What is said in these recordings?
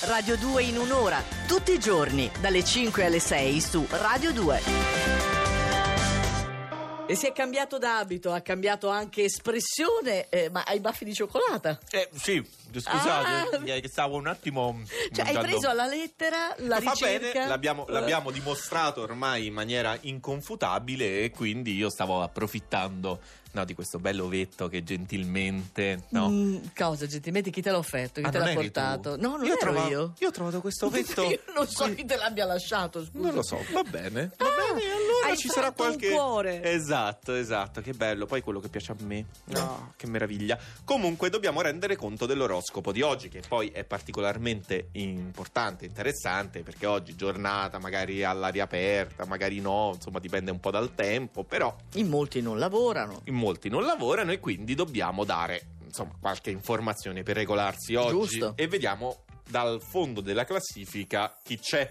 Radio 2 in un'ora, tutti i giorni, dalle 5 alle 6 su Radio 2. E si è cambiato d'abito, ha cambiato anche espressione, ma hai i baffi di cioccolata? Sì, scusate, che stavo un attimo cioè hai preso alla lettera la ricerca? Va bene, l'abbiamo dimostrato ormai in maniera inconfutabile e quindi io stavo approfittando di questo bello ovetto che gentilmente cosa gentilmente? Chi te l'ha offerto? Chi te l'ha portato? Tu? No, non ero io. Io ho trovato questo ovetto. Io non so chi te l'abbia lasciato, scusa. Non lo so, va bene, allora ci sarà qualche un cuore. Esatto, che bello, poi quello che piace a me. Che meraviglia. Comunque dobbiamo rendere conto dell'oroscopo di oggi, che poi è particolarmente importante, interessante, perché oggi giornata magari all'aria aperta, magari no, insomma dipende un po' dal tempo, però in molti non lavorano e quindi dobbiamo dare qualche informazione per regolarsi oggi. Giusto. E vediamo dal fondo della classifica chi c'è.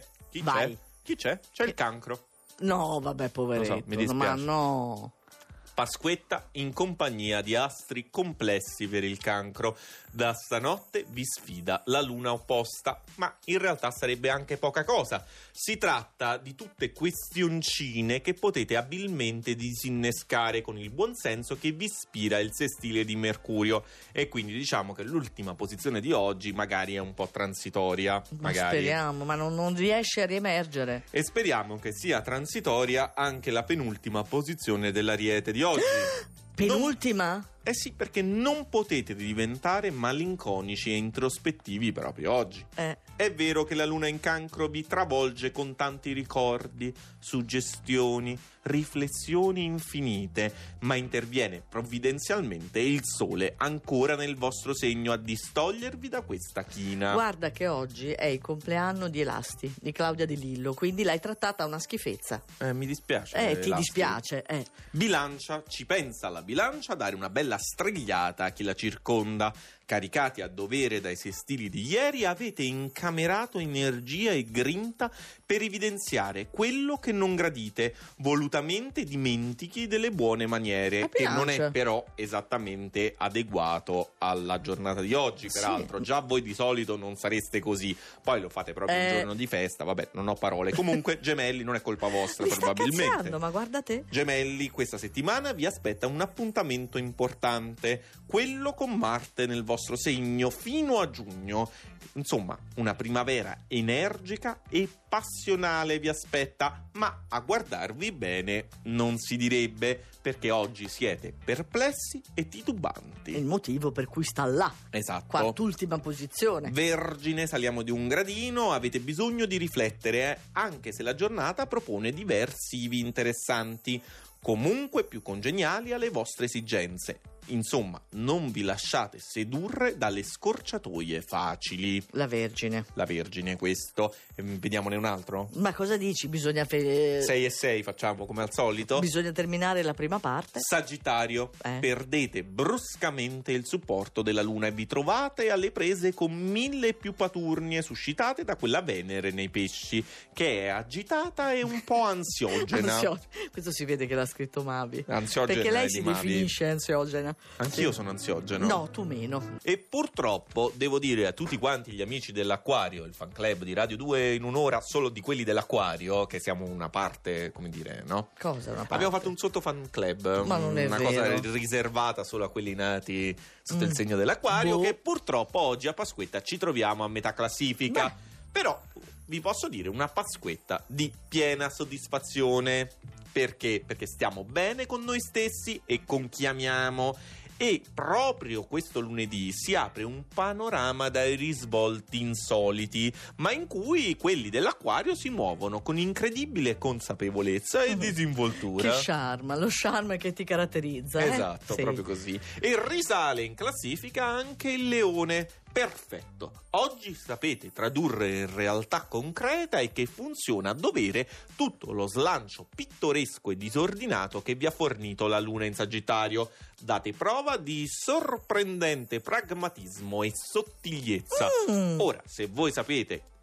C'è il cancro. No, vabbè, poveretto. Lo so, mi dispiace. Ma no. Pasquetta in compagnia di astri complessi per il cancro. Da stanotte vi sfida la luna opposta, ma in realtà sarebbe anche poca cosa. Si tratta di tutte questioncine che potete abilmente disinnescare con il buonsenso che vi ispira il sestile di Mercurio, e quindi diciamo che l'ultima posizione di oggi magari è un po' transitoria. Speriamo, ma non riesce a riemergere. E speriamo che sia transitoria anche la penultima posizione dell'Ariete di oggi. Penultima? Sì, perché non potete diventare malinconici e introspettivi proprio oggi. È vero che la luna in cancro vi travolge con tanti ricordi, suggestioni, riflessioni infinite, ma interviene provvidenzialmente il sole ancora nel vostro segno a distogliervi da questa china. Guarda che oggi è il compleanno di Elasti, di Claudia Di Lillo, quindi l'hai trattata una schifezza. Mi dispiace. Ti Elasti. dispiace. Bilancia, ci pensa la bilancia a dare una bella strigliata a chi la circonda. Caricati a dovere dai sestili di ieri, avete incamerato energia e grinta per evidenziare quello che non gradite, volutamente dimentichi delle buone maniere, che non è però esattamente adeguato alla giornata di oggi, peraltro. Sì. Già voi di solito non sareste così, poi lo fate proprio un giorno di festa, vabbè, non ho parole. Comunque, Gemelli, non è colpa vostra, probabilmente. Sta cazzando, ma guarda te. Gemelli, questa settimana vi aspetta un appuntamento importante, quello con Marte nel vostro segno fino a giugno. Insomma, una primavera energica e passionale vi aspetta, ma a guardarvi bene non si direbbe, perché oggi siete perplessi e titubanti. È il motivo per cui sta là. Esatto. Quart'ultima posizione. Vergine, saliamo di un gradino, avete bisogno di riflettere, anche se la giornata propone diversivi interessanti, comunque più congeniali alle vostre esigenze. Insomma, non vi lasciate sedurre dalle scorciatoie facili. La Vergine, questo. Vediamone un altro? Ma cosa dici? Bisogna 6 e 6 facciamo come al solito. Bisogna terminare la prima parte. Sagittario, perdete bruscamente il supporto della luna e vi trovate alle prese con 1000 più paturnie suscitate da quella Venere nei pesci, che è agitata e un po' ansiogena. Questo si vede che l'ha scritto Mavi. Ansiogena, perché lei si definisce ansiogena. Anch'io sono ansiogeno. No, tu meno. E purtroppo devo dire a tutti quanti gli amici dell'Acquario, il fan club di Radio 2 in un'ora, solo di quelli dell'Acquario, che siamo una parte, come dire, no? Cosa una parte? Abbiamo fatto un sotto fan club, ma non è una vero. cosa riservata solo a quelli nati sotto il segno dell'Acquario, che purtroppo oggi a Pasquetta ci troviamo a metà classifica. Però vi posso dire una Pasquetta di piena soddisfazione. Perché? Perché stiamo bene con noi stessi e con chi amiamo. E proprio questo lunedì si apre un panorama dai risvolti insoliti, ma in cui quelli dell'Acquario si muovono con incredibile consapevolezza e disinvoltura. Che charme, lo charme che ti caratterizza. Esatto, proprio così. E risale in classifica anche il Leone. Perfetto, oggi sapete tradurre in realtà concreta e che funziona a dovere tutto lo slancio pittoresco e disordinato che vi ha fornito la luna in Sagittario. Date prova di sorprendente pragmatismo e sottigliezza. Ora, se voi sapete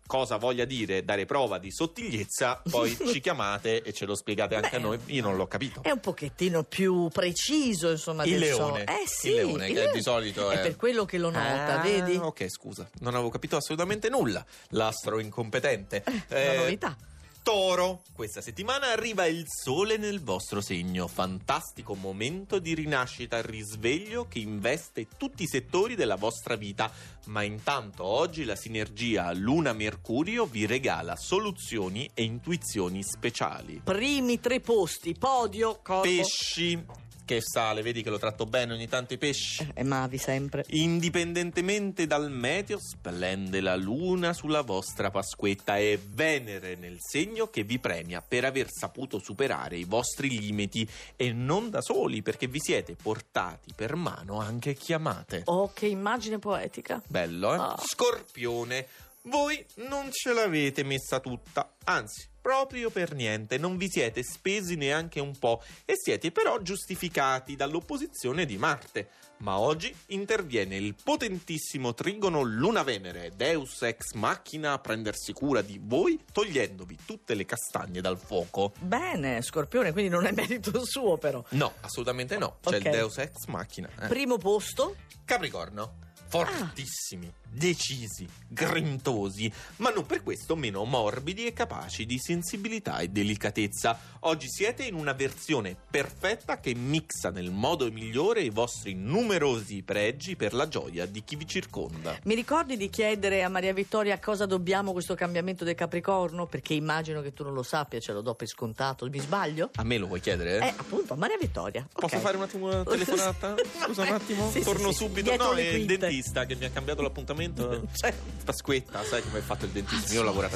cosa voglia dire dare prova di sottigliezza, poi ci chiamate e ce lo spiegate anche a noi. Io non l'ho capito. È un pochettino più preciso, insomma, Il del leone. Sì, il leone, che di solito è per quello che lo nota, vedi? Ok, scusa, non avevo capito assolutamente nulla. L'astro incompetente. Una novità. Toro, questa settimana arriva il sole nel vostro segno, fantastico momento di rinascita e risveglio che investe tutti i settori della vostra vita, ma intanto oggi la sinergia Luna-Mercurio vi regala soluzioni e intuizioni speciali. Primi 3 posti, podio, corpo. Pesci, che sale, vedi che lo tratto bene ogni tanto i pesci. E Mavi sempre. Indipendentemente dal meteo, splende la luna sulla vostra Pasquetta e Venere nel segno che vi premia per aver saputo superare i vostri limiti, e non da soli, perché vi siete portati per mano anche chiamate. Oh, che immagine poetica. Bello, eh? Oh. Scorpione, voi non ce l'avete messa tutta, anzi, proprio per niente, non vi siete spesi neanche un po' e siete però giustificati dall'opposizione di Marte. Ma oggi interviene il potentissimo trigono Luna-Venere, Deus ex machina, a prendersi cura di voi, togliendovi tutte le castagne dal fuoco. Bene, Scorpione, quindi non è merito suo però. No, assolutamente no, c'è Ok. il Deus ex machina. Primo posto? Capricorno, fortissimi, decisi, grintosi, ma non per questo meno morbidi e capaci di sensibilità e delicatezza. Oggi siete in una versione perfetta che mixa nel modo migliore i vostri numerosi pregi per la gioia di chi vi circonda. Mi ricordi di chiedere a Maria Vittoria a cosa dobbiamo questo cambiamento del Capricorno? Perché immagino che tu non lo sappia, ce lo do per scontato. Mi sbaglio? A me lo vuoi chiedere? Appunto, a Maria Vittoria. Posso Ok. fare un attimo una telefonata? Scusa un attimo, Sì, torno sì, subito. dietro No, le è il quinte. dentista che mi ha cambiato l'appuntamento. Cioè, Pasquetta, sai come hai fatto il dentista? Io ho lavorato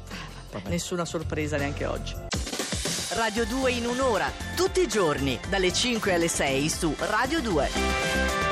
nessuna sorpresa neanche oggi. Radio 2 in un'ora, tutti i giorni, dalle 5 alle 6 su Radio 2.